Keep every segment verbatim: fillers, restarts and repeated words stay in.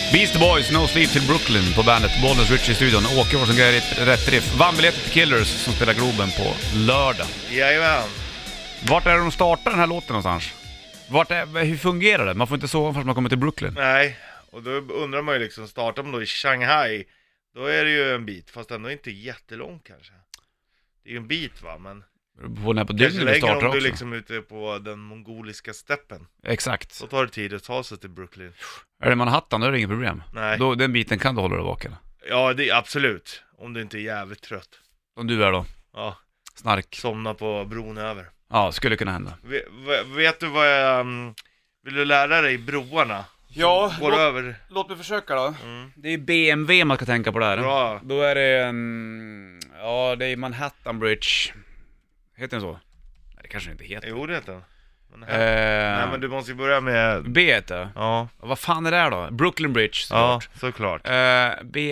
Beastie Boys, No Sleep till Brooklyn på bandet. Bollnäs Rich i studion. Åke var som grejer rätt riff. Vann biljetter till Killers som spelar Globen på lördag. Jajamän. Vart är det de startar den här låten någonstans? Vart är, hur fungerar det? Man får inte sova förrän man kommer till Brooklyn. Nej, och då undrar man ju liksom, startar man då i Shanghai, då är det ju en bit, fast ändå inte jättelång kanske. Det är ju en bit va, men På när på kanske dygnet du startar längre om också. du liksom ute på den mongoliska steppen. Exakt. Så tar det tid att ta sig till Brooklyn. Är det Manhattan, då är det inget problem. Nej. Då, den biten kan du hålla dig vaken. Ja, det är absolut. Om du inte är jävligt trött. Som du är då. Ja, Snark. somna på bron över. Ja, skulle kunna hända. Vet, vet du vad jag... Um, vill du lära dig broarna? Ja, Går låt, över. låt mig försöka då. Mm. Det är B M W man ska tänka på där. Bra. Då är det en... Ja, det är Manhattan Bridge. Heter den så? Nej, det kanske inte heter. Jo, det heter den. Men Eh, här... Nej, men du måste ju börja med... B heter det. Ja, Vad fan är det här då? Brooklyn Bridge, ja, såklart. såklart. Eh, B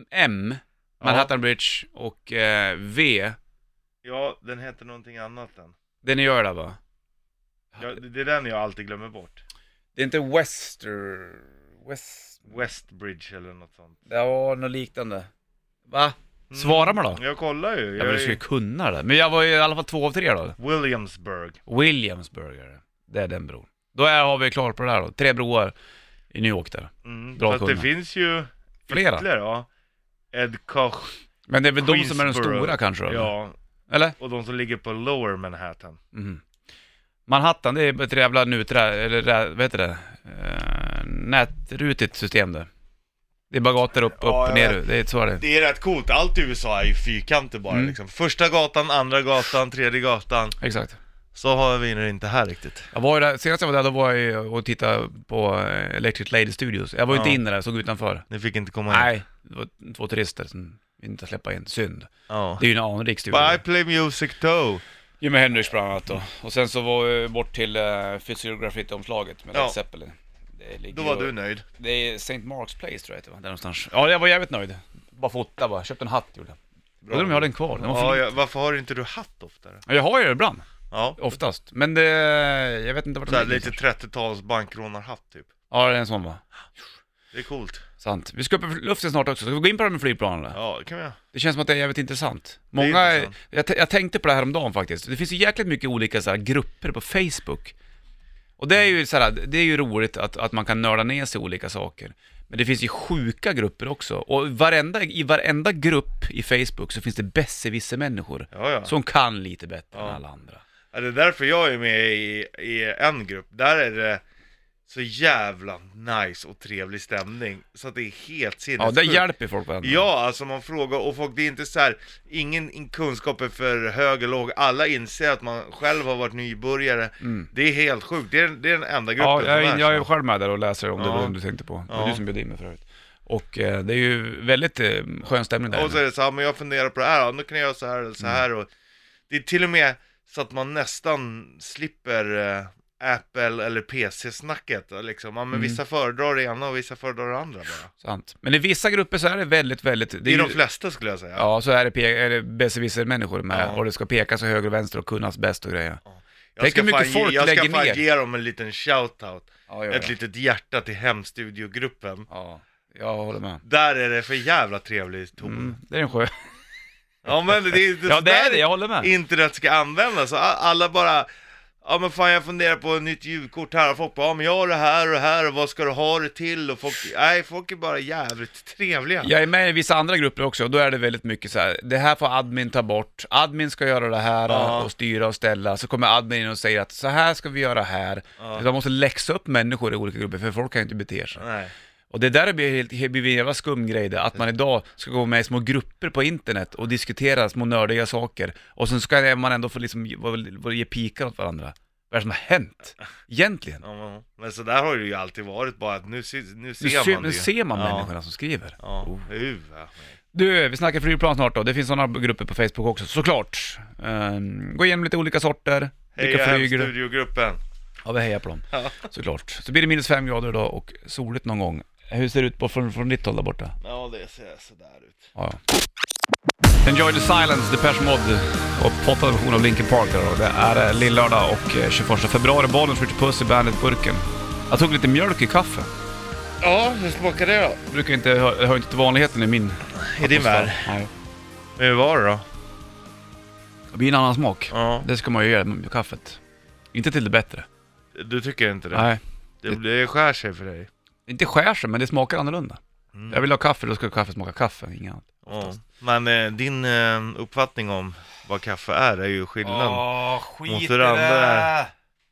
M, Manhattan Bridge och eh, V. Ja, den heter någonting annat än. Den gör det va? Ja, det det är den jag alltid glömmer bort. Det är inte Wester... West... Westbridge eller något sånt. Det var något liknande. Va? Mm. Svara mig då. Jag kollar ju. Ja, Jag men du ska ju är... kunna det. Men jag var ju i alla fall två av tre då. Williamsburg. Williamsburg är det. Det är den bron. Då är, har vi klart på det här då. Tre broar i New York där. Mm. Bra Fast det kunna. finns ju Flera. ytterligare, ja. Ed Koch. Men det är väl de som är de Queensboro. stora kanske då? Ja, Eller? och de som ligger på Lower Manhattan. Mhm. Manhattan, det är ett jävla nuträ... Eller rä- vad heter det? Uh, nätrutigt system där. Det är bara gator upp, upp Ja, och jag ner. Det är så är det. Det är rätt coolt, allt i U S A är ju fyrkanter bara Mm. liksom. Första gatan, andra gatan, tredje gatan. Exakt. Så har vi det inte här riktigt. Jag var ju där, senast jag var där, då var jag ju och tittade på eh, Electric Lady Studios. Jag var ju Ja. inte inne där, jag såg utanför. Ni fick inte komma in. Nej, det var två turister som inte släppa in. Synd. Ja. Det är ju en anrik studio. But I play music too. Jimi Hendrix bland annat då. Och sen så var jag bort till uh, Physiography-omslaget med Ja. Led Zeppelin. Det ligger Då var ju- du nöjd. Det är Saint Mark's Place tror jag det var, där någonstans. Ja, jag var jävligt nöjd. Bara fota bara, köpte en hatt gjorde jag. Undrar om jag har den kvar. Den var för Ja, liten. ja, varför har inte du hatt oftare? Ja, jag har ju det ibland, Ja, oftast. Men det, jag vet inte vart så här, ligger lite någonstans. trettio-tals bankrånarhatt typ. Ja, det är en sån va. Det är coolt. Sant. Vi ska upp i luften snart också. Ska vi gå in på det med flygplanen? Ja, det kan vi göra. Det känns som att det är jävligt intressant. Det är Många, intressant. jag, t- jag tänkte på det här om dagen faktiskt. Det finns ju jäkligt mycket olika så här, grupper på Facebook. Och det är ju så här, det är ju roligt att, att man kan nörda ner sig i olika saker. Men det finns ju sjuka grupper också. Och varenda, i varenda grupp i Facebook så finns det besserwisser människor Ja, ja. som kan lite bättre Ja. än alla andra. Ja, det är därför jag är med i, i en grupp. Där är det så jävla nice och trevlig stämning. Så att det är helt Ja, sinnessjukt. det hjälper folk varandra. Ja, alltså man frågar och folk, det är inte så här, ingen in- kunskap är för hög eller låg. Alla inser att man själv har varit nybörjare. Mm. Det är helt sjukt. Det är, det är den enda gruppen Ja, som jag, är jag är så. själv med där och läser om det Ja. var det du tänkte på. Det var Ja. du som bjöd in mig förut. Och eh, det är ju väldigt eh, skön stämning där. Och så är det så här, men jag funderar på det här, ja, nu kan jag göra så här eller så Mm. här. Och det är till och med så att man nästan slipper eh, Apple eller P C-snacket liksom. Ja, men Mm. vissa föredrar det ena och vissa föredrar det andra bara. Sant. Men i vissa grupper så är det väldigt, väldigt... Det Det är är de ju, flesta skulle jag säga. ja, så är det, pe- är det besserwisser människor med. Ja. Och det ska pekas så höger och vänster och kunnas bäst och grejer. Jag Tänk ska hur mycket fan, ge- folk jag ska lägger fan ner. ge dem en liten shoutout. Ja, gör Ett det. litet hjärta till hemstudiogruppen. Ja, jag håller med. Där är det för jävla trevlig ton. Mm, det är en sjö. Ja, men det är det Ja, det är där det, jag håller med. internet ska användas. Så a- alla bara, ja men fan jag funderar på ett nytt ljudkort här. Och folk bara, ja men jag har det här och det här och vad ska du ha det till? Och folk, nej folk är bara jävligt trevliga. Jag är med i vissa andra grupper också och då är det väldigt mycket så här. Det här får admin ta bort. Admin ska göra det här Ja. och styra och ställa. Så kommer admin in och säger att så här ska vi göra här. Ja. Så man måste läxa upp människor i olika grupper för folk kan ju inte bete sig. Nej. Och det där blir helt, helt blir en jävla skum grej det, att man idag ska gå med i små grupper på internet och diskutera små nördiga saker. Och sen ska man ändå få liksom ge- vad- ge pikar åt varandra. Vad är det som har hänt? Egentligen. Ja, men- men så där har det ju alltid varit, bara att nu, se, nu Nu, ser ser, man det nu ju. ser man Ja. människorna som skriver. Ja, Oh. uh, ja. Du, vi snackar flygplan snart då. Det finns sådana grupper på Facebook också, såklart. Um, gå igenom lite olika sorter. Vilka Heja flyger du? hemstudiogruppen. Ja, vi hejar på dem. Ja. Såklart. Så blir det minus fem grader idag och soligt någon gång. Hur ser det ut på, från, från ditt håll där borta? Ja, det ser sådär ut. Ja, ja. Enjoy the Silence, Depeche Mode och pottad version av Linkin Park där då. Det är eh, lillördag och eh, tjugoförsta februari, Bollnäs Richard Puss i bandet Burken. Jag tog lite mjölk i kaffe. Ja, hur smakar det då? Brukar inte, hör, hör inte till vanligheten i min I din värld? Nej. Men hur var det då? Det blir en annan smak. Ja, Det ska man ju göra med kaffet. Inte till det bättre. du tycker inte det? Nej. Det, det skär sig för dig. Inte skär sig, men det smakar annorlunda. Mm. Jag vill ha kaffe, då ska kaffe smaka kaffe, inget annat. Ja. Men eh, din eh, uppfattning om vad kaffe är är ju skillnad. Åh, skit mot i hur det andra det! är.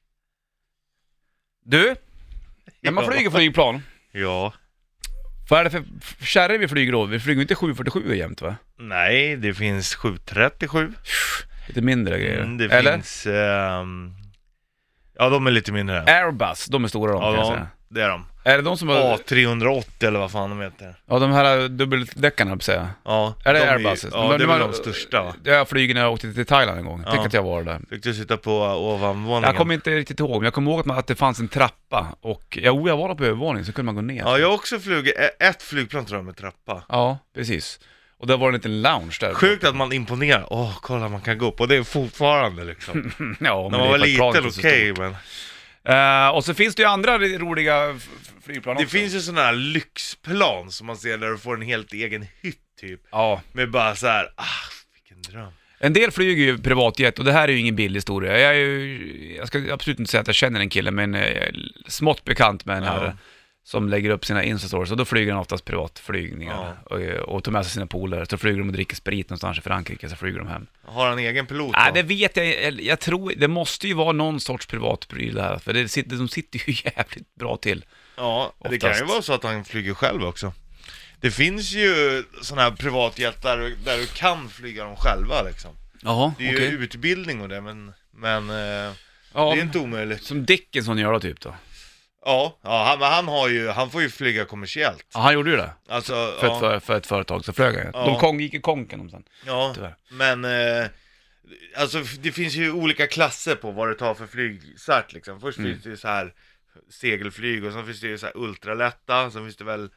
Du, när man Ja. flyger flygplan, Ja. vad är det för f- kärror vi flyger då? Vi flyger inte sju fyrtiosju jämt, va? Nej, det finns sju trettiosju. Lite mindre grejer. Mm, det Eller? finns... ehm, ja, de är lite mindre. Airbus, de är stora de, Ja, kan jag de, säga. det är de. Är det de som har... A trehundraåttio eller vad fan de heter. Ja, de här dubbeldäckarna, på säga. Ja, Är det de Airbus? Ja, Men det är de väl har- de största, va? Jag flög när jag åkte till Thailand en gång. Ja. Tänk att jag var där. Fick du sitta på ovanvåningen? Jag kommer inte riktigt ihåg, men jag kommer ihåg att, man, att det fanns en trappa. Och ja, jag var på övervåningen, så kunde man gå ner. Ja, jag har också flugit ett flygplan tror jag med trappa. Ja, precis. Och där var det en liten lounge där. Sjukt att man imponerar. Åh, kolla man kan gå upp. Och det är fortfarande liksom. Ja, men När man det var är för att planet liten, är så okej, stort. men... Eh, och så finns det ju andra roliga f- f- flygplan Det också. finns ju sådana här lyxplan som man ser där du får en helt egen hytt typ. Ja, Med bara så här, ah, vilken dröm. en del flyger ju privatjet och det här är ju ingen billig historia. Jag är ju, jag ska absolut inte säga att jag känner en kille, men jag är smått bekant med en Ja. herre som lägger upp sina Insta-stories, och då flyger han oftast privatflygningar och, och tar med sig sina polare. Så flyger de och dricker sprit någonstans i Frankrike, så flyger de hem. Har han egen pilot då? Nej, det vet jag. Jag, jag tror, det måste ju vara någon sorts privatpryl det här, för det sitter, de sitter ju jävligt bra till. Ja, det Oftast. kan ju vara så att han flyger själv också. Det finns ju sådana här privatjetar där du kan flyga dem själva liksom. Jaha, Det är okej. ju utbildning och det, men, men eh, Ja, det är inte omöjligt. som Dickinson gör då, typ då. Ja, ja han, men han, har ju, han får ju flyga kommersiellt. Ja, han gjorde ju det. Alltså, För, ja, ett, för, för ett företag så flög han. Ja. De kong, gick i konken de sen, ja, tyvärr. men eh, alltså det finns ju olika klasser på vad det tar för flygcert liksom. Först Mm. finns det ju så här segelflyg och sen finns det ju så här ultralätta, sen finns det väl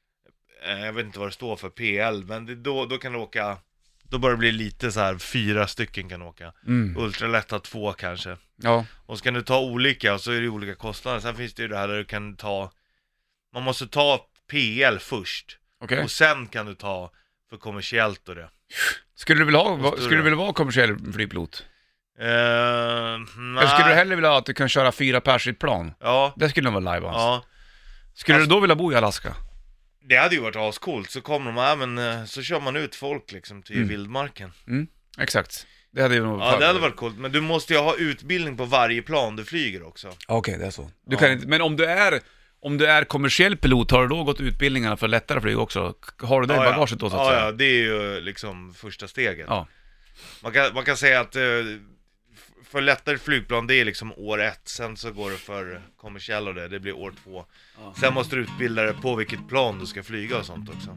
eh, jag vet inte vad det står för, P L, men det, då, då kan du åka, då börjar det bli lite så här, fyra stycken kan åka. Mm. Ultralätta två kanske. Ja, Och så kan du ta olika och så är det olika kostnader. Sen finns det ju det här där du kan ta, man måste ta P L först okej. och sen kan du ta för kommersiellt och det. Skulle du vilja ha, Vad står skulle du det? vilja vara kommersiell flygpilot? Uh, Eller skulle du hellre vilja ha att du kan köra fyra pers i ett plan? Ja, Det skulle nog vara live alltså. ja. Skulle Alltså- du då vilja bo i Alaska? Det hade ju varit ascoolt. Så kommer de här, men eh, så kör man ut folk liksom till Mm. vildmarken. Exakt. Det hade ju nog... Ja, det hade varit coolt. Men du måste ju ha utbildning på varje plan du flyger också. Okej, det är så. Du Ja. kan inte, men om du är... Om du är kommersiell pilot, har du då gått utbildningarna för lättare flyg också? Har du det i ja, bagaget då så att ja, säga? ja, det är ju liksom första steget. Ja. Man, kan, man kan säga att eh, f- för lättare flygplan, det är liksom år ett. Sen så går det för kommersiell och det, det blir år två. Ja. Sen måste du utbilda dig på vilket plan du ska flyga och sånt också.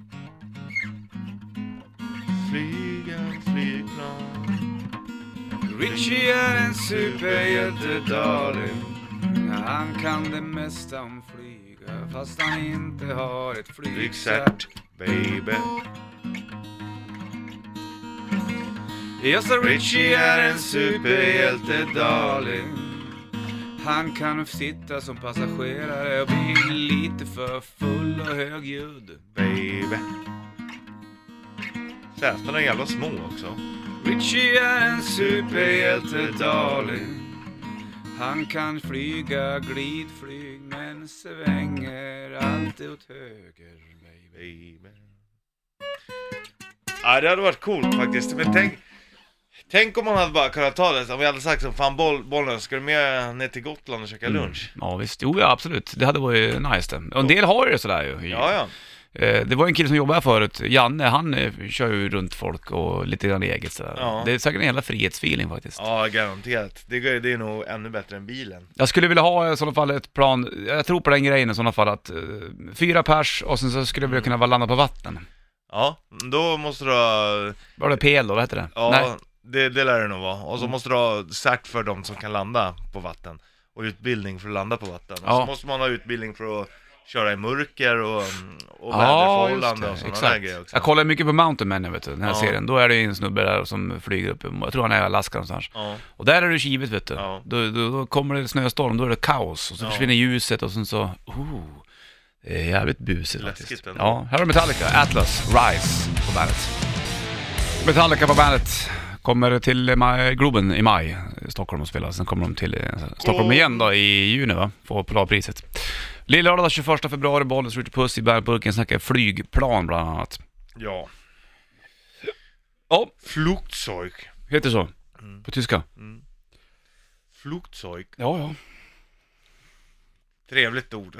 Flyga flygplan. Richie är en superhjälte, darling. Han kan det mesta om flyga, fast han inte har ett flygcert. Flygcert, baby. Ja, så Richie är en superhjälte, darling. Han kan sitta som passagerare och bli lite för full och högljudd. Baby. Sätena är jävla små också. Richie är en superhjälte, darling. Han kan flyga glidflyg men svänger alltid åt höger, baby. Baby. Ja, det hade varit coolt faktiskt. Men tänk, tänk om man hade bara kunnat ta det. Om vi hade sagt som fan boll, bollen, ska du med ner till Gotland och käka lunch? Ja visst, jo ja, absolut. Det hade varit nice det. Och en del har ju det sådär ju. Ja, ja. Eh, Det var en kille som jobbade här förut, Janne, han eh, kör ju runt folk och lite grann eget sådär. Ja. Det är säkert en jävla frihetsfeeling faktiskt. Ja, garanterat. Det, är- det är nog ännu bättre än bilen. Jag skulle vilja ha i sådana fall ett plan, jag tror på den grejen i sådana fall att eh, fyra pers och sen så skulle jag vilja kunna vara landa på vatten. Ja, då måste du ha... Var det P L då, vad heter det? Ja, Nej. det, det lär det nog vara. Och så måste du ha cert för de som kan landa på vatten. Och utbildning för att landa på vatten. Och Ja. så måste man ha utbildning för att köra i mörker och, och Ja, väderförhållanden och just sådana det, där exakt. grejer också. Jag kollar mycket på Mountain Man, vet du, den här Ja. serien. Då är det ju en snubbe där som flyger upp, jag tror han är i Alaska någonstans. Ja. Och där är det kivet, vet du. Ja. Då, då, då kommer det snöstorm, då är det kaos. Och så Ja. försvinner ljuset och sen så, oh, Det är jävligt busigt Läskigt faktiskt. ändå. Ja, här har Metallica, Atlas, Rise på bandet. Metallica på bandet kommer till maj, Globen i maj, Stockholm och spelar. Sen kommer de till eh, Stockholm igen då i juni va, få Polarpriset. Lillördag tjugoförsta februari, Bollnäs Ritchie Puss i Bandburken snackar flygplan bland annat. Ja. Ja, Flugzeug. heter så Mm. på tyska. Mm. Flugzeug. Ja, ja. Trevligt ord.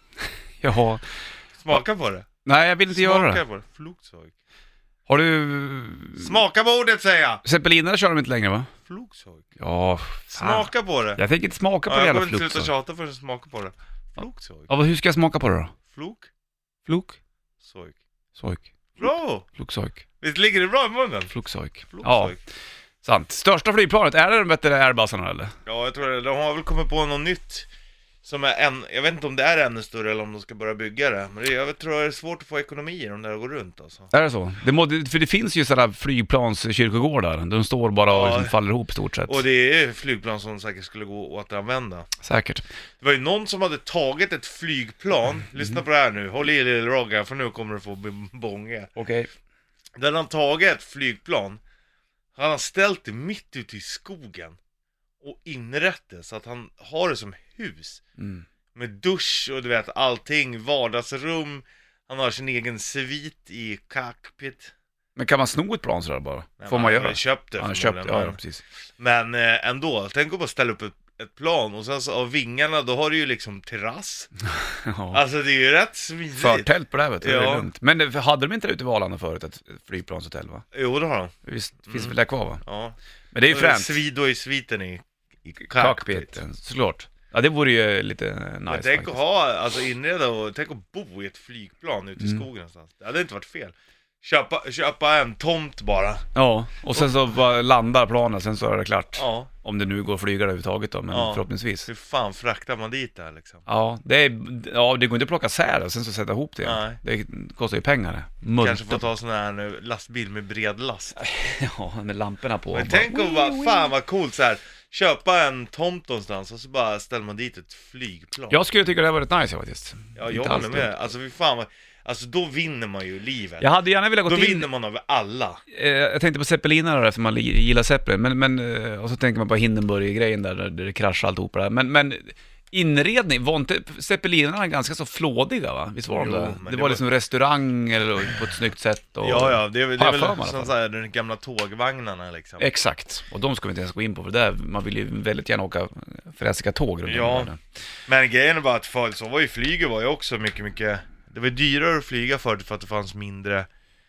Jaha. Smaka på det. Nej, jag vill inte göra Smaka det. på det. Flugzeug. Har du... Smaka på ordet säger jag! Zeppelinare kör de inte längre va? Flugzeug. Ja, fan. Smaka på det. Jag tänker inte smaka på Ja, det jag jävla kommer inte sluta flugzeug. tjata förrän jag smakar på det. Flugzeug. Ja, vad- hur ska jag smaka på det då? Flug. Flug? Zeug. Sojk. Bra! Flugsojk. Visst ligger det bra i munnen? Flugsojk. Ja, Flugzeug. sant. Största flygplanet, är det de bättre Airbusarna eller? Ja, jag tror det. De har väl kommit på något nytt som är en, jag vet inte om det är ännu större eller om de ska börja bygga det. Men det, jag tror det är svårt att få ekonomi i dem där det går runt alltså. Är det så? Det må, för det finns ju sådana flygplanskyrkogårdar. De står bara och Ja. liksom faller ihop i stort sett. Och det är flygplan som säkert skulle gå att återanvända. Säkert. Det var ju någon som hade tagit ett flygplan, lyssna på det här nu, håll i lilla Rogga för nu kommer du få b- bånge. Okej. Den han tagit ett flygplan, han har ställt det mitt ute i skogen och inrett det så att han har det som hus. Mm. Med dusch och du vet allting, vardagsrum, han har sin egen svit i cockpit. Men kan man sno ett plan sådär bara? Nej, Får men man han göra? har köpt det Han har förmodligen, köpt, ja, ja men- precis. Men eh, ändå, tänk att bara ställa upp ett, ett plan och sen så av vingarna då har du ju liksom terrass. Ja. Alltså det är ju rätt smidigt. Förtält på det här vet du, det är Ja. lugnt. Men det- hade de inte det ute i Valanda förut, ett flygplanshotell va? Jo det har de. Visst finns Mm. väl det kvar va? Ja. Men det är ju fränt. Svido i sviten i, i cockpit. Cockpiten, såklart. Ja, det vore ju lite nice Men tänk faktiskt. att ha, alltså inreda och tänk att bo i ett flygplan ute i Mm. skogen någonstans. Det hade inte varit fel. Köpa, köpa en tomt bara. Ja, och sen så bara landar planen, sen så är det klart. Ja, Om det nu går att flyga överhuvudtaget då, men Ja. förhoppningsvis. hur fan fraktar man dit där liksom? Ja, det är, ja, det går inte att plocka sär och sen så sätta ihop det igen. Nej. Det kostar ju pengar det. Multa. Kanske får ta sån här nu, lastbil med bred last. Ja, med lamporna på. Men Bara- tänk att bara, fan vad coolt så här. Köpa en tomt någonstans och så bara ställer man dit ett flygplan. Jag skulle tycka det var rätt nice faktiskt. Ja, Inte jag alls håller med. dumt. Alltså fy fan vad, alltså då vinner man ju livet. Jag hade gärna velat gå Då in... vinner man över alla. Eh, jag tänkte på zeppelinare för man li- gillar Zeppelin, men, men eh, och så tänker man på Hindenburg-grejen där, där det kraschar alltihopa där. Men, men inredning, var inte zeppelinarna ganska så flådiga va? Visst var de Jo, det? men Det, det var var- liksom restaurang eller på ett snyggt sätt och... Ja, ja, det är, det Har är jag för mig i väl alla som fall. så här, de gamla tågvagnarna liksom. Exakt, och de ska vi inte ens gå in på för där, man vill ju väldigt gärna åka fräsiga tåg runt Ja. om världen. Men grejen är bara att för, så var ju flyget var ju också mycket, mycket. Det var dyrare att flyga förut för att det fanns mindre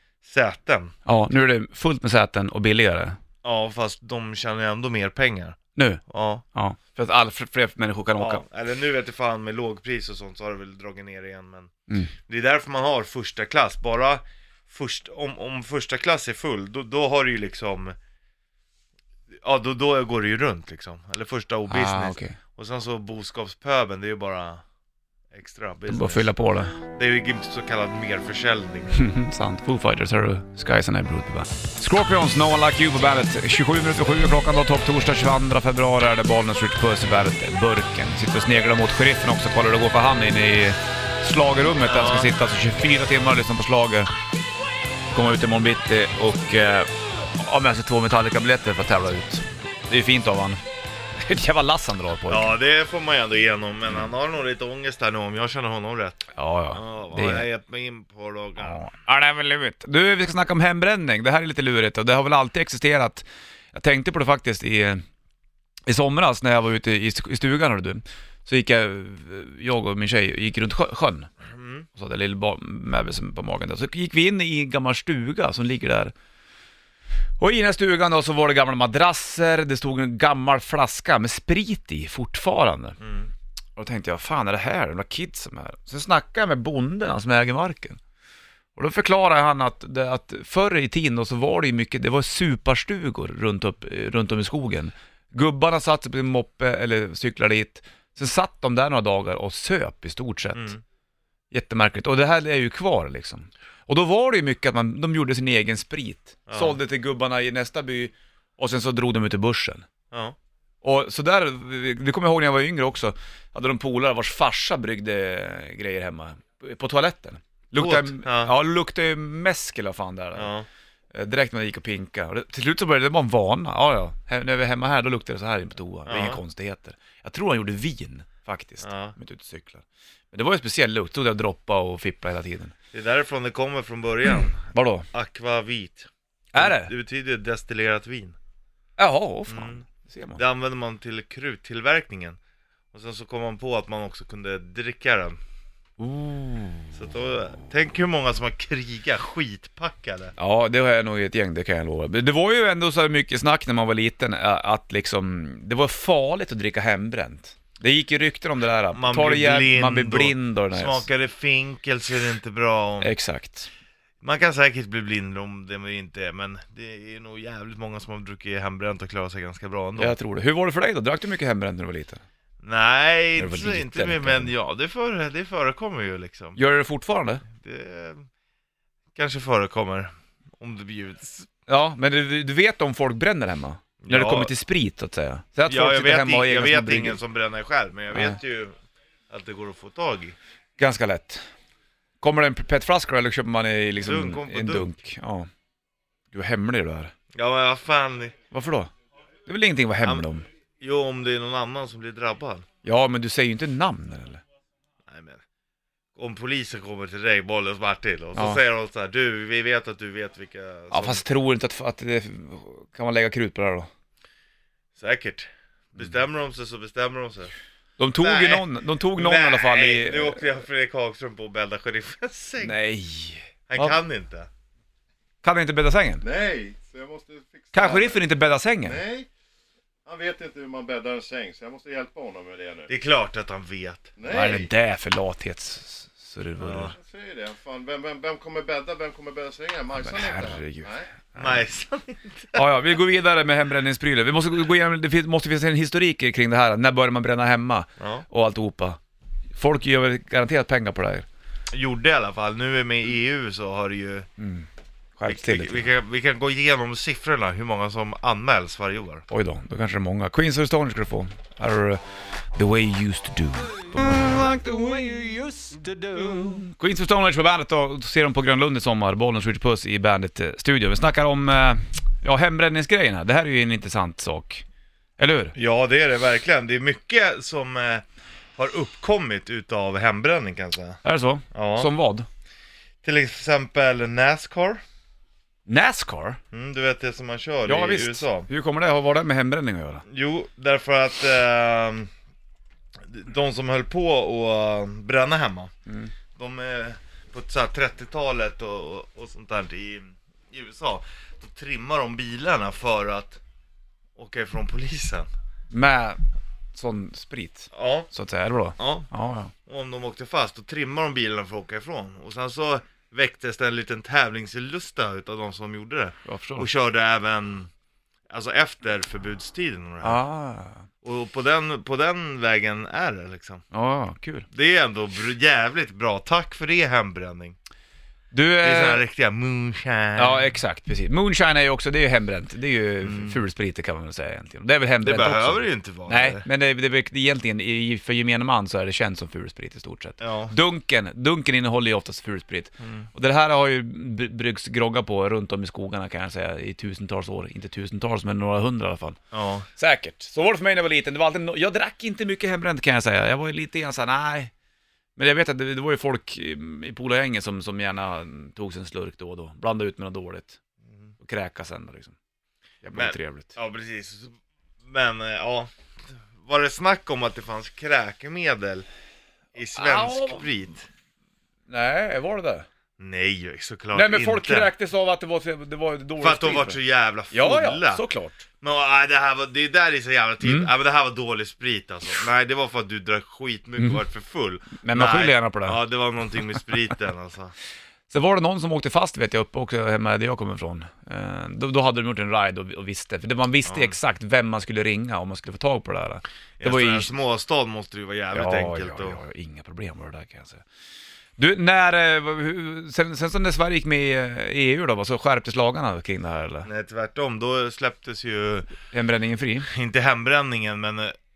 säten. Ja, nu är det fullt med säten och billigare. Ja, fast de tjänar ju ändå mer pengar. Nu? Ja. Ja, för att all, fler människor kan åka. Ja, eller nu vet jag fan med lågpris och sånt så har det väl dragit ner igen men Mm. det är därför man har första klass, bara först, om, om första klass är full då, då har du ju liksom ja då, då går det ju runt liksom, eller första och business Ah, okej. och sen så boskapspöben det är ju bara extra De business. bara fylla på det. Det är ju så kallad merförsäljning. Sant. Foo Fighters har du Skies and Neighborhood på bandet. Scorpions, No One Like You på bandet. tjugosju minuter sju klockan då, topp torsdag tjugoandra februari är det Bollnäs Ritchie Puss i bandet. Burken. Sitter och sneglar mot sheriffen också, kollar hur det går för han inne i slagerrummet där han ska sitta alltså tjugofyra timmar och lyssna på slager. Komma ut imorgon bitti och eh, ha med sig två Metallica-biljetter för att tävla ut. Det är ju fint av han. Ett jävla lass han drar på. Ja, det får man ju ändå igenom, men han har nog lite ångest där nu om jag känner honom rätt. Ja, Ja, ja. vad har Det jag är... gett mig in på då? Ja, ja, det är väl lurigt. Du, vi ska snacka om hembränning. Det här är lite lurigt och det har väl alltid existerat. Jag tänkte på det faktiskt i, i somras när jag var ute i, i stugan och du. Så gick jag, jag och min tjej gick runt sjö, sjön. Mm. Och så hade jag en lille bebisen på magen där. Så gick vi in i en gammal stuga som ligger där. Och i den här stugan då så var det gamla madrasser, det stod en gammal flaska med sprit i fortfarande. Mm. Och då tänkte jag, fan är det här? De där kids som är här. Så snackade jag med bonden som äger marken. Och då förklarade han att, det, att förr i tiden då så var det ju mycket, det var superstugor runt, upp, runt om i skogen. Gubbarna satt sig på en moppe eller cyklade dit. Sen satt de där några dagar och söp i stort sett. Mm. Jättemärkligt. Och det här är ju kvar liksom. Och då var det ju mycket att man, de gjorde sin egen sprit. Ja. Sålde till gubbarna i nästa by och sen så drog de ut i börsen. Ja. Och så där, det kommer jag ihåg när jag var yngre också. Hade de polare vars farsa bryggde grejer hemma. på toaletten. Luktar, Kåt, ja. ja. ja, luktar ju mäsk eller vad fan där. Ja. Eh, Direkt när jag gick och pinka. Och det, till slut så började det vara en vana. Ja, ja. He- när vi är hemma här, då luktar det så här in på toa. Det är Ja. inga konstigheter. Jag tror han gjorde vin, faktiskt. Ja. Om inte ute och cyklar. Men det var ju en speciell lukt. Stod där och droppa och fippa hela tiden. Det är därifrån det kommer från början. Vadå? Aquavit. Är det? Det betyder destillerat vin. Jaha, åh fan. Mm. Det ser man. Det använder man till kruttillverkningen. Och sen så kom man på att man också kunde dricka den. Ooh. Så då, tänk hur många som har krigat skitpackade. Ja, det har jag nog ett gäng, det kan jag lova. Men det var ju ändå så mycket snack när man var liten ä, att liksom, det var farligt att dricka hembränt. Det gick ju rykten om det där. Man Tar blir det igen, blind man blir och blind och den här. Smakar det finkel så är det inte bra. Exakt. Man kan säkert bli blind om det inte är, men det är nog jävligt många som har druckit hembränt och klarat sig ganska bra ändå. Jag tror det. Hur var det för dig då? Drack du mycket hembränt när du var liten? Nej, När du var inte, liten, inte med, kan men jag- ja, det, för, det förekommer ju liksom. Gör det fortfarande? Det kanske förekommer om det bjuds. Ja, men du, du vet om folk bränner hemma? När Ja. det kommer till sprit, så att säga. Så att Ja, folk jag sitter vet, hemma och har ing, jag egna små vet bryggor. ingen som bränner själv, men jag Nej. vet ju att det går att få tag i. Ganska lätt. Kommer det en petflaska eller köper man i liksom Dunk, kom på en dunk. dunk? Ja. Du är hemlig du är. Ja, men vad fan. Varför då? Det är väl ingenting att vara hemlig om? Jo, om det är någon annan som blir drabbad. Ja, men du säger ju inte namn eller? Nej, men om polisen kommer till dig, Bollens Martin, och så Ja. säger de så här: du, vi vet att du vet vilka som... Ja, fast tror inte att, att det, kan man lägga krut på det här då? Säkert. Bestämmer de sig så bestämmer de sig. De tog ju Nej. någon, de tog någon i alla fall i... Nu åkte jag Fredrik Hagström på att bädda sheriffens säng. Nej. Han Ja. kan inte. Kan han inte bädda sängen? Nej, så jag måste fixa Kan det. sheriffen inte bädda sängen? Nej, han vet inte hur man bäddar en säng, så jag måste hjälpa honom med det nu. Det är klart att han vet. Nej, Vad är det där för lathet? Så det var... Ja. jag säger det. Fan, vem, vem, vem kommer bädda? Vem kommer bädda sängen? Majsan Men inte? herregud. Nej. Majsan. Ja, ja, vi går vidare med hembränningsprylar. Vi måste gå igenom, det fin- måste finnas en historik kring det här. När börjar man bränna hemma? Ja. Och alltihopa. Folk gör väl garanterat pengar på det här. Gjorde i alla fall. Nu är vi med i E U så har det ju... Mm. Vi, Skärps till vi, lite. vi, kan, vi kan gå igenom siffrorna, hur många som anmäls varje år. Oj då, då kanske det är många. Queens of the Stone ska du få. Här har du The Way You Used To Do. Queens of Stone Age på bandet och ser dem på Grönlund i sommar. Bollen Switch Puss i bandet-studio. Vi snackar om eh, ja, hembränningsgrejerna. Det här är ju en intressant sak. Eller hur? Ja, det är det verkligen. Det är mycket som eh, har uppkommit utav hembränning kan jag säga. Är det så? Ja. Som vad? Till exempel Nascar. Nascar? Mm, du vet det som man kör Ja i visst. U S A. Hur kommer det ha varit med hembränning att göra? Jo, därför att eh, de som höll på att bränna hemma, Mm. de är på så här trettiotalet och, och, och sånt där i, i U S A, då trimmar de bilarna för att åka ifrån polisen. Med sån sprit, Ja, så att säga, eller då? ja. Ja, ja. Och om de åkte fast, då trimmar de bilarna för att åka ifrån. Och sen så väcktes det en liten tävlingslusta utav de som gjorde det. Jag förstår. Och körde även, alltså efter förbudstiden och det här. Ah, Och på den, på den vägen är det liksom. ja, kul. Det är ändå br- jävligt bra. Tack för det, hembrännning. Du, Det är såna här eh, riktiga moonshine. ja exakt, precis. Moonshine är ju också, det är ju hembränt. Det är ju Mm. fulsprit, det kan man väl säga egentligen. Det är väl Det hembränt behöver också. ju inte vara Nej, det. men det, det, det, egentligen, i- för gemene man så är det känt som fulsprit i stort sett. Ja. Dunken, dunken innehåller ju oftast fulsprit. Mm. Och det här har ju br- bryggs grogga på runt om i skogarna kan jag säga, i tusentals år. Inte tusentals, men några hundra i alla fall. Ja. Säkert. Så var det för mig när jag var liten. Det var alltid no- jag drack inte mycket hembränt kan jag säga. Jag var ju lite grann såhär, nej. Men jag vet att det, det var ju folk i, i polargängen som, som gärna tog sig en slurk då och då. Blandade ut med något dåligt. Och kräka sen då liksom. Jävla Men- trevligt. Ja, precis. Men, eh, ja. Var det snack om att det fanns kräkmedel i svensk Ja. sprit? Nej, var det det? Nej, såklart Nej men inte. folk kräktes av att det var, det var dåligt. För att de sprit, var va? så jävla fulla. Ja, ja, såklart. Men äh, det här var, det där är så jävla tydligt. Mm. Äh, men det här var dålig sprit alltså. Nej, det var för att du drack skitmycket Mm. och var för full. Men man Nej. skyller gärna på det. Ja, det var någonting med spriten alltså. Sen var det någon som åkte fast vet jag uppe också hemma där jag kommer ifrån. Eh, då, då hade de gjort en ride och, och visste, för det, man visste Ja. exakt vem man skulle ringa om man skulle få tag på det där. I Det var en ju... sån här småstad måste det ju vara jävligt ja, enkelt. ja, och... ja, ja, inga problem med det där kan jag säga. Du, när, eh, hur- sen, sen så när Sverige gick med i eh, E U då, va, så skärptes lagarna kring det här eller? Nej, tvärtom. Då släpptes ju, Hembränningen fri? inte hembränningen, men eh,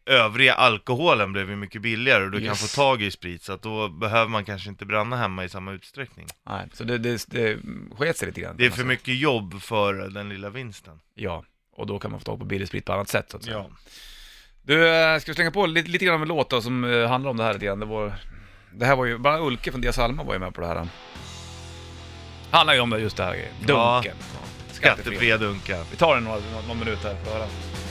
övriga alkoholen blev ju mycket billigare och du Yes. kan få tag i sprit, så att då behöver man kanske inte bränna hemma i samma utsträckning. Nej, så det, det, det sket sig lite grann. Det är kan för man säga. mycket jobb för den lilla vinsten. Ja, och då kan man få tag på billig sprit på annat sätt så att säga. Ja. Du, äh, ska vi slänga på lite, lite grann av en låt då, som äh, handlar om det här lite grann. Det, var, det här var ju, bara Ulke från Dia Salma var ju med på det här. Handlar ju om det, just det här grejen. Ja. Dunken. Skattefria dunkar. Vi tar den några, någon, någon minut här för att höra.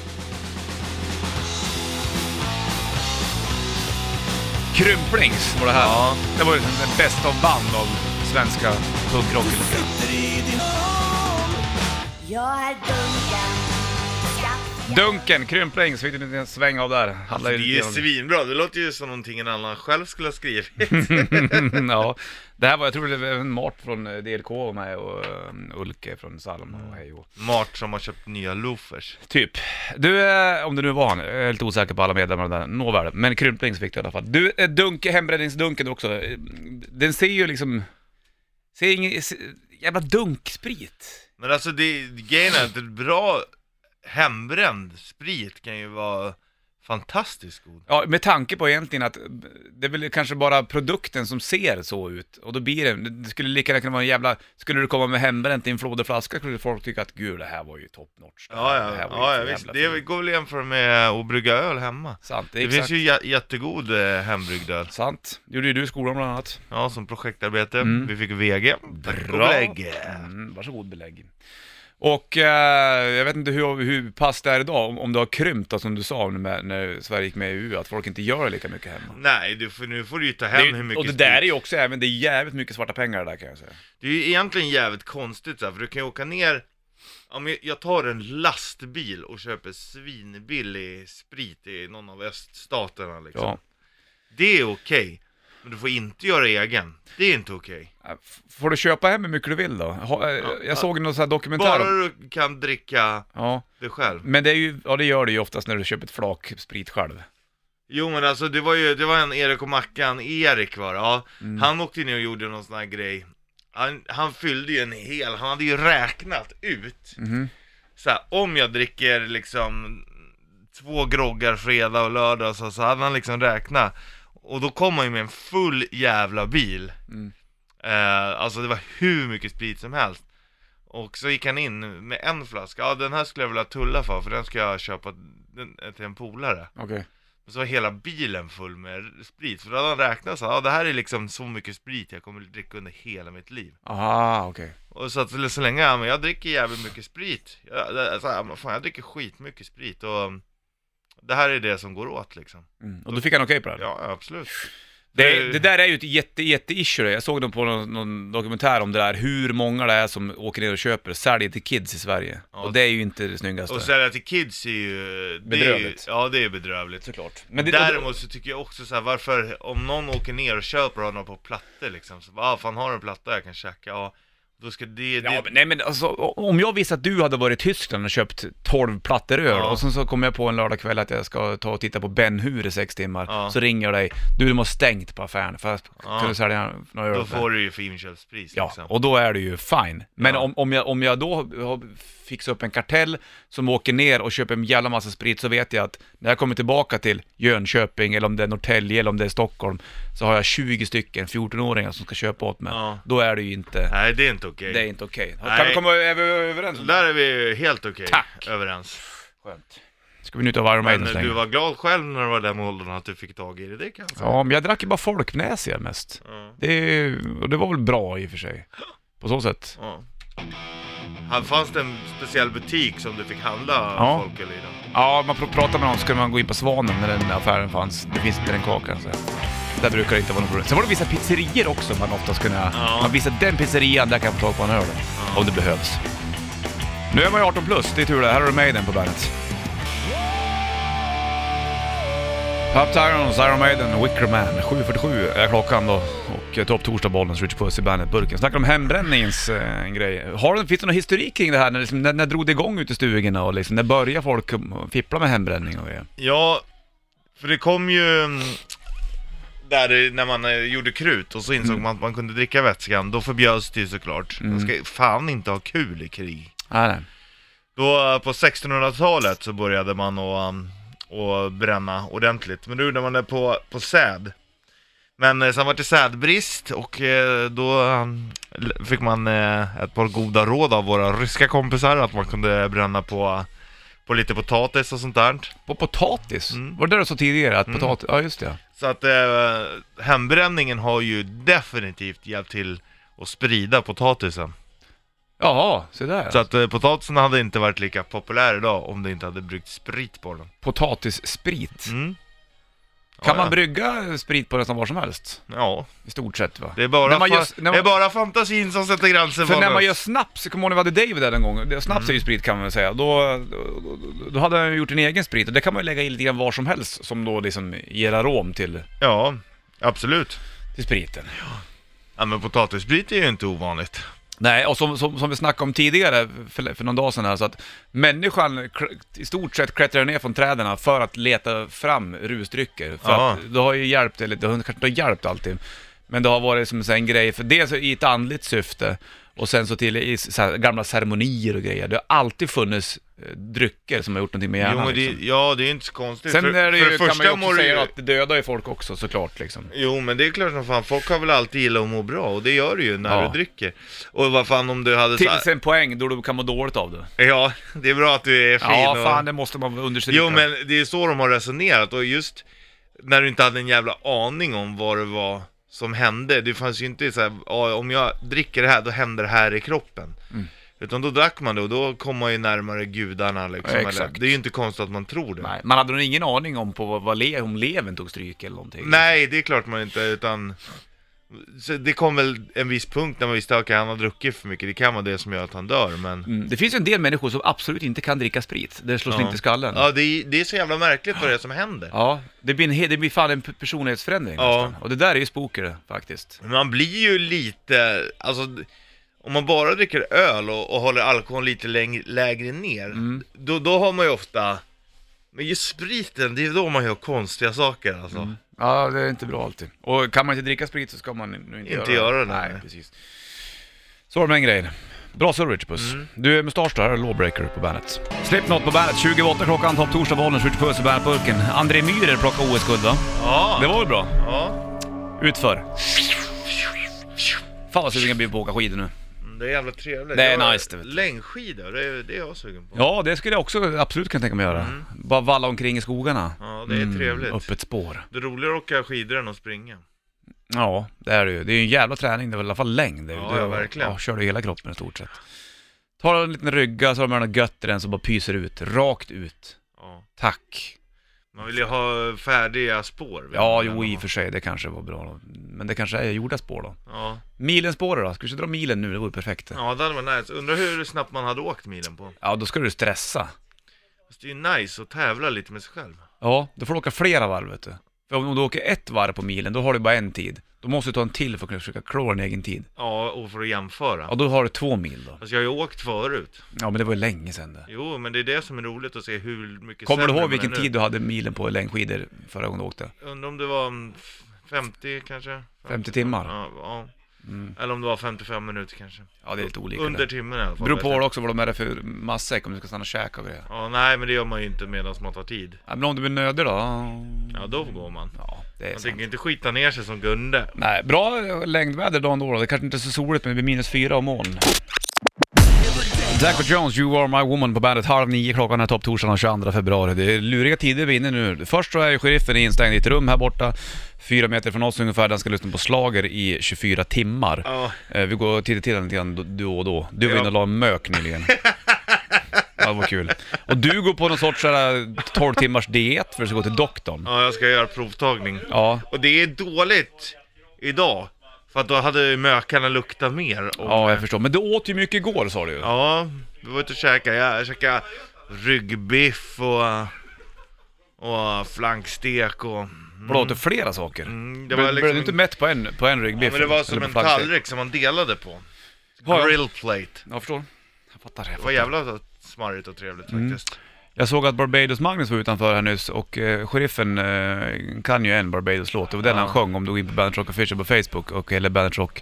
Krymplings var det här. Ja. Det var ju den bästa av band av svenska punkrock. Jag är Duncan. Dunken, Krymplings, fick du en sväng av där. Alltså, Handlar det är ju ju lite om- svinbra, det låter ju som någonting en annan själv skulle ha skrivit. Ja, det här var, jag tror det var en Mart från eh, D L K var med och um, Ulke från Salma och hej och Mart som har köpt nya loafers. typ. Du, eh, om det nu var han, jag är lite osäker på alla medlemmar där, nåväl, men Krymplings fick du i alla fall. Du, eh, Dunke, hembränningsdunken också, eh, den ser ju liksom, ser ingen, ser, jävla dunksprit. Men alltså det, grejen är att ett bra hembränd sprit kan ju vara fantastiskt god. Ja, med tanke på egentligen att det är väl kanske bara produkten som ser så ut. Och då blir det, det skulle lika gärna kunna vara en jävla, skulle du komma med hembränt i en flådeflaska skulle folk tycka att gud, det här var ju top notch. Det Ja, här- ja, det här var ju ja, så ja visst. jävla Det fint. går väl att jämföra med att brygga öl hemma. Sant, det Det är exakt. finns ju jä- jättegod eh, hembryggd öl. Sant, det gjorde ju du i skolan bland annat. Ja, som projektarbete. Mm. Vi fick V G. Bra. Belägg. Mm, varsågod belägg. Och eh, jag vet inte hur, hur pass det är idag, om, om det har krympt då, som du sa när, när Sverige gick med i E U, att folk inte gör lika mycket hemma. Nej, du får, nu får du ju ta Det hem är, hur mycket och det sprit. där är ju också även, det är jävligt mycket svarta pengar där kan jag säga. Det är ju egentligen jävligt konstigt så här, för du kan ju åka ner. Om jag- jag tar en lastbil och köper svinbillig sprit i någon av öststaterna liksom. Ja. Det är okej. Men du får inte göra egen. Det är inte okej. F- Får du köpa hem hur mycket du vill då? Ha, eh, jag såg någon sån här dokumentär Bara om... du kan dricka Ja, det själv. men det är ju, ja det gör det ju oftast när du köper ett flak sprit själv. Jo men alltså det var ju, det var en Erik och Mackan, Erik var det, ja. Mm. Han åkte ner och gjorde någon sån här grej. Han, han fyllde ju en hel, han hade ju räknat ut. Mhm. Så här, om jag dricker liksom två groggar fredag och lördag, så, så hade han liksom räknat. Och då kom han ju med en full jävla bil. Mm. eh, Alltså det var hur mycket sprit som helst. Och så gick han in med en flaska. Ja, den här skulle jag vilja tulla för, för den ska jag köpa den, till en polare. Okej. Och så var hela bilen full med sprit. För då hade han räknat så, ja det här är liksom så mycket sprit jag kommer att dricka under hela mitt liv. Aha, okej. Och så att så länge, ja, men jag dricker jävligt mycket sprit. Jag, det, så här, fan, jag dricker skitmycket sprit och det här är det som går åt liksom. Mm. Och då fick han okej på det här? Ja, absolut. Det, För- det där är ju ett jätte, jätte issue. Jag såg dem på någon, någon dokumentär om det där, hur många det är som åker ner och köper, säljer till kids i Sverige. Ja. Och det är ju inte det snyggaste. Och sälja till kids är ju... Det är ju Bedrövligt. ja, det är bedrövligt. Såklart. Men det, Däremot så tycker jag också så här, varför, om någon åker ner och köper honom på plattor liksom, så bara, ah, fan har du en platta jag kan käka? Ja, då ska det... det Ja, men, nej men alltså, om jag visste att du hade varit i Tyskland och köpt tolv plattor öl, Ja. och sen så kommer jag på en lördagkväll att jag ska ta och titta på Ben Hur i sex timmar, Ja. så ringer jag dig, du de har stängt på affären, för att Ja. kan du sälja några öl? Då för? får du ju för inköpspris Ja, liksom. och då är det ju fine. Men Ja. om, om, jag, om jag då har fixat upp en kartell som åker ner och köper en jävla massa sprit, så vet jag att när jag kommer tillbaka till Jönköping, eller om det är Norrtälje, eller om det är Stockholm, så har jag tjugo stycken fjorton-åringar som ska köpa åt mig. Ja. Då är det ju inte, Nej, det är inte okej. det är inte okej. Kan Nej. vi komma över, överens om det? Där är vi helt okej Tack. överens. Skönt. Ska vi nu ta Iron Maiden Men så du länge? var glad själv när du var den åldern att du fick tag i det, det kan jag säga. Ja, men jag drack ju bara folknäsiga mest. Ja. Det, och det var väl bra i och för sig. På så sätt. Ja. Här fanns det en speciell butik som du fick handla Ja. folköl i då? Ja, man pr- pratar med någon så ska man gå in på Svanen när den affären fanns. Det finns inte den kakan så. Där brukar det inte vara något problem. Sen var det vissa pizzerier också man oftast kunde... Ja. Man visste att den pizzerian, där kan jag få tag på en öl. Ja. Om det behövs. Nu är man ju arton plus, det är tur det. Här har du Maiden på bandet. Up Tyrons, Iron Maiden, Wicker Man. sju fyrtiosju är klockan då. Och eh, topp torsdag, Bollnäs, Rich Puss i bandet-burken. Snackar om hembränningens eh, en grej. Har det, finns det någon historik kring det här? När, liksom, när, när drog det igång ute i stugorna och liksom, när börjar folk fippla med hembränning och grejer? Ja, för det kom ju mm, där det- när man eh, gjorde krut och så insåg Mm. man att man kunde dricka vätskan, då förbjöds det ju såklart. Mm. Man ska fan inte ha kul i krig. Nej, nej. Då eh, på sextonhundratalet så började man att um, och bränna ordentligt. Men nu gjorde man det på, på säd. Men eh, sen var det sädbrist och eh, då eh, fick man eh, ett par goda råd av våra ryska kompisar att man kunde bränna på, på lite potatis och sånt där. På potatis? Mm. Var det det du sa tidigare? Att Mm. potatis... Ja, just det. Så att eh, hembränningen har ju definitivt hjälpt till att sprida potatisen. Jaha, så där. Så att eh, potatisen hade inte varit lika populär idag om det inte hade bryggt sprit på den. Potatissprit. Mm. Kan Ja, man ja. brygga sprit på nästan var som helst? Ja, I stort sett, va? det är bara, När man fa- gör- när man- det är bara fantasin som sätter gränser För för när man oss. gör snaps, kommer ihåg när vi hade David där en gång, Det- snaps är ju sprit kan man väl säga, då, då, då hade han gjort en egen sprit och det kan man ju lägga i lite grann var som helst som då liksom ger arom till, Ja, absolut. till spriten. Ja, men potatissprit är ju inte ovanligt. Nej, och som, som, som vi snackade om tidigare för, för någon dag sedan här, så att människan kl- i stort sett klättrar ner från träden för att leta fram rusdrycker. För Ja. att det har ju hjälpt, eller det har kanske inte hjälpt alltid, men det har varit som en grej, för dels i ett andligt syfte och sen så till i så här, gamla ceremonier och grejer. Det har alltid funnits eh, drycker som har gjort någonting med hjärnan. Jo, men det, liksom. ja, det är inte så konstigt. Sen för, är det för ju, det kan man första ju också mår det säga ju... att det dödar ju folk också såklart liksom. Jo, men det är klart som fan, folk har väl alltid gillat att må bra, och det gör du ju när Ja. du dricker. Och vad fan om du hade så här... Tills en poäng då du kan må dåligt av det. Ja, det är bra att du är fin. Ja, och... fan det måste man understryka. Jo, men det är så de har resonerat, och just när du inte hade en jävla aning om vad det var som hände. Det fanns ju inte så här, ja, om jag dricker det här, då händer det här i kroppen. Mm. Utan då drack man det och då kom man ju närmare gudarna liksom. Ja, exakt. Eller, det är ju inte konstigt att man tror det. Nej, man hade nog ingen aning om på vad, vad le, om leven tog stryk eller någonting. Nej, det är klart man inte, utan så det kom väl en viss punkt när man visste att okay, han har druckit för mycket. Det kan vara det som gör att han dör, men... Mm, det finns ju en del människor som absolut inte kan dricka sprit. Det slås Ja. inte i skallen. Ja, det är, det är så jävla märkligt vad det är som händer. Ja, det blir, en, he- det blir fan en p- personlighetsförändring Ja. nästan. Och det där är ju spooker faktiskt. Men man blir ju lite, alltså om man bara dricker öl och, och håller alkohol lite läng- lägre ner, Mm. då, då har man ju ofta, men just spriten, det är då man gör konstiga saker alltså. Mm. Ja, det är inte bra alltid. Och kan man inte dricka sprit så ska man nu inte, Inte göra det, Nej, nej. precis. Så var det med en grej. Bra så Rich Puss. Mm. Du är mustasch då, här är Lawbreaker på bandet. Slipknot på bandet, tjugo åtta klockan, topp torsdag, Bollnäs, Rich Puss och Bandetburken. André Myhrer plockade O S-guld va? Ja, Det var väl bra? ja. Utför. Fan vad sugen jag blir på att åka skidor nu. Mm, det är jävla trevligt. Det är Jag- nice, det vet du. Längdskidor, det är, det är jag sugen på. Ja, det skulle jag också absolut kunna tänka mig göra. Mm. Bara valla omkring i skogarna. Ja, det är trevligt. Upp ett spår. Det är roligare att åka skidor än att springa. Ja, det är det ju. Det är ju en jävla träning, det är väl i alla fall längd. Det är ju- Ja, det är- ja, verkligen. Ja, kör du hela kroppen i stort sett. Tar en liten rygga så har man något gött i den som bara pyser ut. Rakt ut. Ja. Tack. Man vill ju ha färdiga spår. vill Ja, man jo gärna i ha. och för sig, det kanske var bra då. Men det kanske är gjorda spår då. Ja. Milenspåret då? Ska vi dra milen nu? Det vore perfekt. Ja, det hade varit nice. Undrar hur snabbt man hade åkt milen på. Ja, då ska du stressa. Fast det är ju nice att tävla lite med sig själv. Ja, då får du åka flera varv vet du. För om du åker ett varv på milen, då har du bara en tid. Då måste du ta en till för att kunna försöka klara din egen tid. Ja, och för att jämföra. Ja, då har du två mil då. Alltså jag har ju åkt förut. Ja, men det var ju länge sedan det. Jo, men det är det som är roligt att se hur mycket Kommer du sämre ihåg man vilken är nu. tid du hade milen på längdskidor förra gången du åkte? Undrar om det var mm, femtio kanske? femtio timmar? Ja, ja. Mm. Eller om det var femtiofem minuter kanske. Ja, det är lite olika. Under Under timmen i alla fall. beror på också vad de är där för matsäck, om du ska stanna och käka och grejer. Ja, nej men det gör man ju inte medan man tar tid. Ja, men om du blir nödig då? Ja, då går man. Ja, det är Man sant. tänker inte skita ner sig som Gunde. Nej, bra längdväder dagen då, då. Det kanske inte är så soligt, men det blir minus fyra och moln. Zack Jones, You Are My Woman på bandet, halv nio klockan är topp torsdagen den tjugoandra februari. Det är luriga tider vi är inne nu. Först så är ju sheriffen instängd i ett rum här borta, fyra meter från oss ungefär. Den ska lyssna på slager i tjugofyra timmar. Ja, Eh, vi går och tittar till den lite grann då- då och då. Du var Ja. inne och la en mök nyligen. Ja, det var kul. Och du går på någon sorts såhär, tolv timmars diet för att gå till doktorn. ja, jag ska göra provtagning. Ja, Och det är dåligt idag. För att då hade ju mökarna luktat mer. om- ja jag förstår. Men du åt ju mycket igår sa du ju. Ja, vi var ute och käkade. Jag käkade ryggbiff och, och flankstek och... För du åt du flera saker. Mm, det Det var Blev liksom... du inte mätt på en, på en ryggbiff? Ja, men det var eller som på en flankstek? tallrik som man delade på. Ja, ja. Grill plate. Jag förstår. Jag fattar, jag Det var fattar. jävla smarrigt och trevligt Mm. faktiskt. Jag såg att Barbados Magnus var utanför här nyss och eh, sheriffen eh, kan ju en Barbados-låt. Det var den Ja. han sjöng om du går in på Bandit Rock Official på Facebook och eller Bandit Rock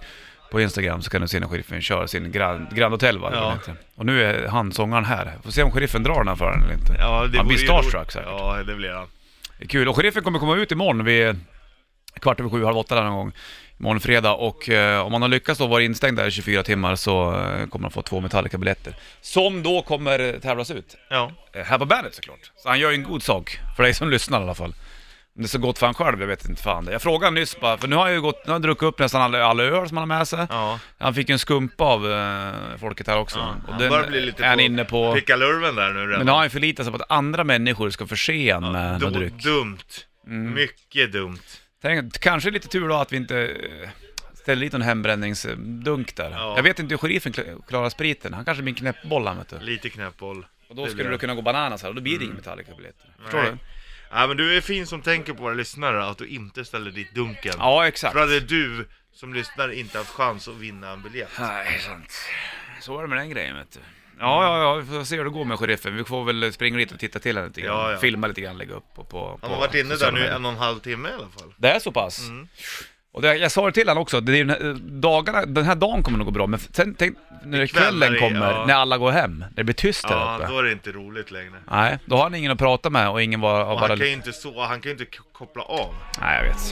på Instagram så kan du se när sheriffen kör sin Grand, Grand Hotel, va? Ja. Inte. Och nu är han sångaren här. Får se om sheriffen drar den här för den eller inte. Ja, det Han blir vore ju starstruck roligt. säkert. Ja, det blir han. Det är kul. Och sheriffen kommer komma ut imorgon vid kvart över sju, halv åtta där någon gång. Imorgon fredag. Och eh, om man har lyckats då vara instängd där i tjugofyra timmar så eh, kommer man få två Metallica-biljetter. Som då kommer tävlas ut. Ja. Eh, här på bandet såklart. Så han gör ju en god sak. För dig som lyssnar i alla fall. Det är så gott för han själv, jag vet inte fan det. Jag frågade nyss bara, för nu har jag ju gått, nu har jag druckit upp nästan alla, alla öl som han har med sig. Ja. Han fick ju en skumpa av eh, folket här också. Ja, och han den börjar bli lite är han på inne på. pickalurven där nu redan. Men nu har han ju förlitat sig på att andra människor ska förse han med Då, någon dryck. dumt. Mm. Mycket dumt. Tänk, kanske lite tur då att vi inte eh, ställer dit en hembränningsdunk där. Ja. Jag vet inte hur sheriffen kl- klarar spriten. Han kanske blir en knäppboll han, vet du. Lite knäppboll. Och då det skulle blir du kunna gå bananas här och då blir det ingen Metallica-biljetter. Förstår Nej. du? Ja, men du är fin som tänker på våra lyssnare att du inte ställer dit dunken. Ja, exakt. För hade du som lyssnare inte haft chans att vinna en biljett. Nej, sant. Så var det med den grejen, vet du. Ja, ja, ja, vi får se hur det går med sheriffen. Vi får väl springa dit och titta till henne lite grann. Ja, ja. Filma lite grann, lägga upp på, på Han har på varit inne där sociala nu medier. en och en halv timme i alla fall. Det är så pass. Mm. Och det, jag sa det till han också, det är den, här, dagarna, den här dagen kommer nog gå bra, men sen tänk, när Ikväll kvällen är det- kommer, ja. när alla går hem, när det blir tyst där Ja, uppe. då är det inte roligt längre. Nej, då har han ingen att prata med och ingen var, Och bara... han kan ju inte så, han kan ju inte k- koppla av. Nej, jag vet.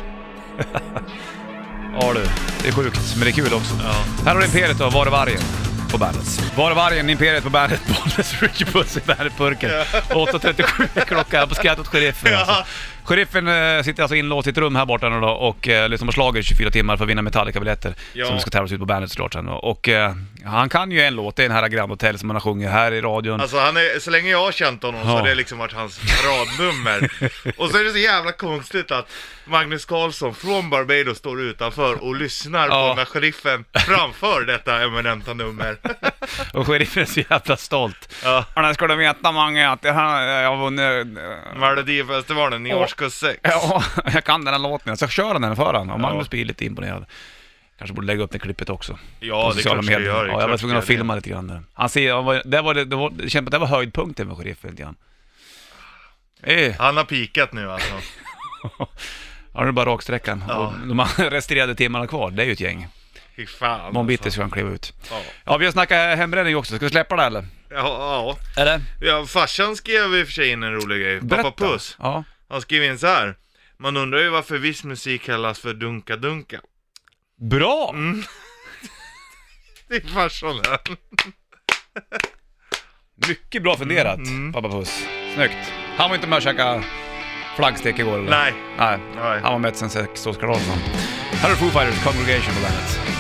Ja du, det är sjukt, men det är kul också. Ja. Här har du Imperiet då, Var är vargen? På bandet. Var är vargen, Imperiet på bandet, Bollnäs, Ricky Puss i bandet-purken. åtta trettiosju är klockan här på Skratt åt sheriffen. Ja. Alltså. Sheriffen eh, sitter alltså inlåst i ett rum här borta nu då och eh, liksom har slagit i tjugofyra timmar för att vinna Metallica-biljetter. Ja. Som ska tävlas ut på bandet såklart sen. Och eh, han kan ju en låt, det är den här Grand Hotel som han har sjungit här i radion. Alltså han är, så länge jag har känt honom så Ja. har det liksom varit hans paradnummer. Och så är det så jävla konstigt att Magnus Carlsson från Barbados står utanför och lyssnar Ja. på när sheriffen framför detta eminenta nummer. Och sheriffen är så jävla stolt. Ja. Och där ska du veta många att jag har, jag har vunnit... eh, Melodifestivalen i Ja. årskurs sex. Ja, jag kan den här låten. Så kör han den för han. Och Ja. Magnus blir lite imponerad. Kanske borde lägga upp det klippet också. Ja, på det sociala kanske jag medier. gör. det är Ja, jag var klart tvungen att jag gör filma lite grann där. Han ser, han var, det, var, det, det, var, det känns som att det var höjdpunkten med sheriffen lite grann. Eh, det. Han har pikat nu alltså. har du bara raksträckan. Ja. Och de här resterande timmarna kvar, det är ju ett gäng. Fy fan. Imorgon bitti alltså. ska han kliva ut. Ja. Ja, vi har snackat hembränning också. Ska vi släppa det eller? Ja, Eller? ja. ja, farsan skrev i och för sig in en rolig grej. Berätta. Pappa Puss. Ja. Han skrev in så här. Man undrar ju varför viss musik kallas för dunka-dunka. Bra! Mm. Det är farsan här. Mycket bra funderat, Mm. pappa Puss. Snyggt. Han var inte med och käka flaggsteg igår eller? Nej. Nej. Nej. Han var med sen sex års kalas. Här är Foo Fighters, Congregation på bandet.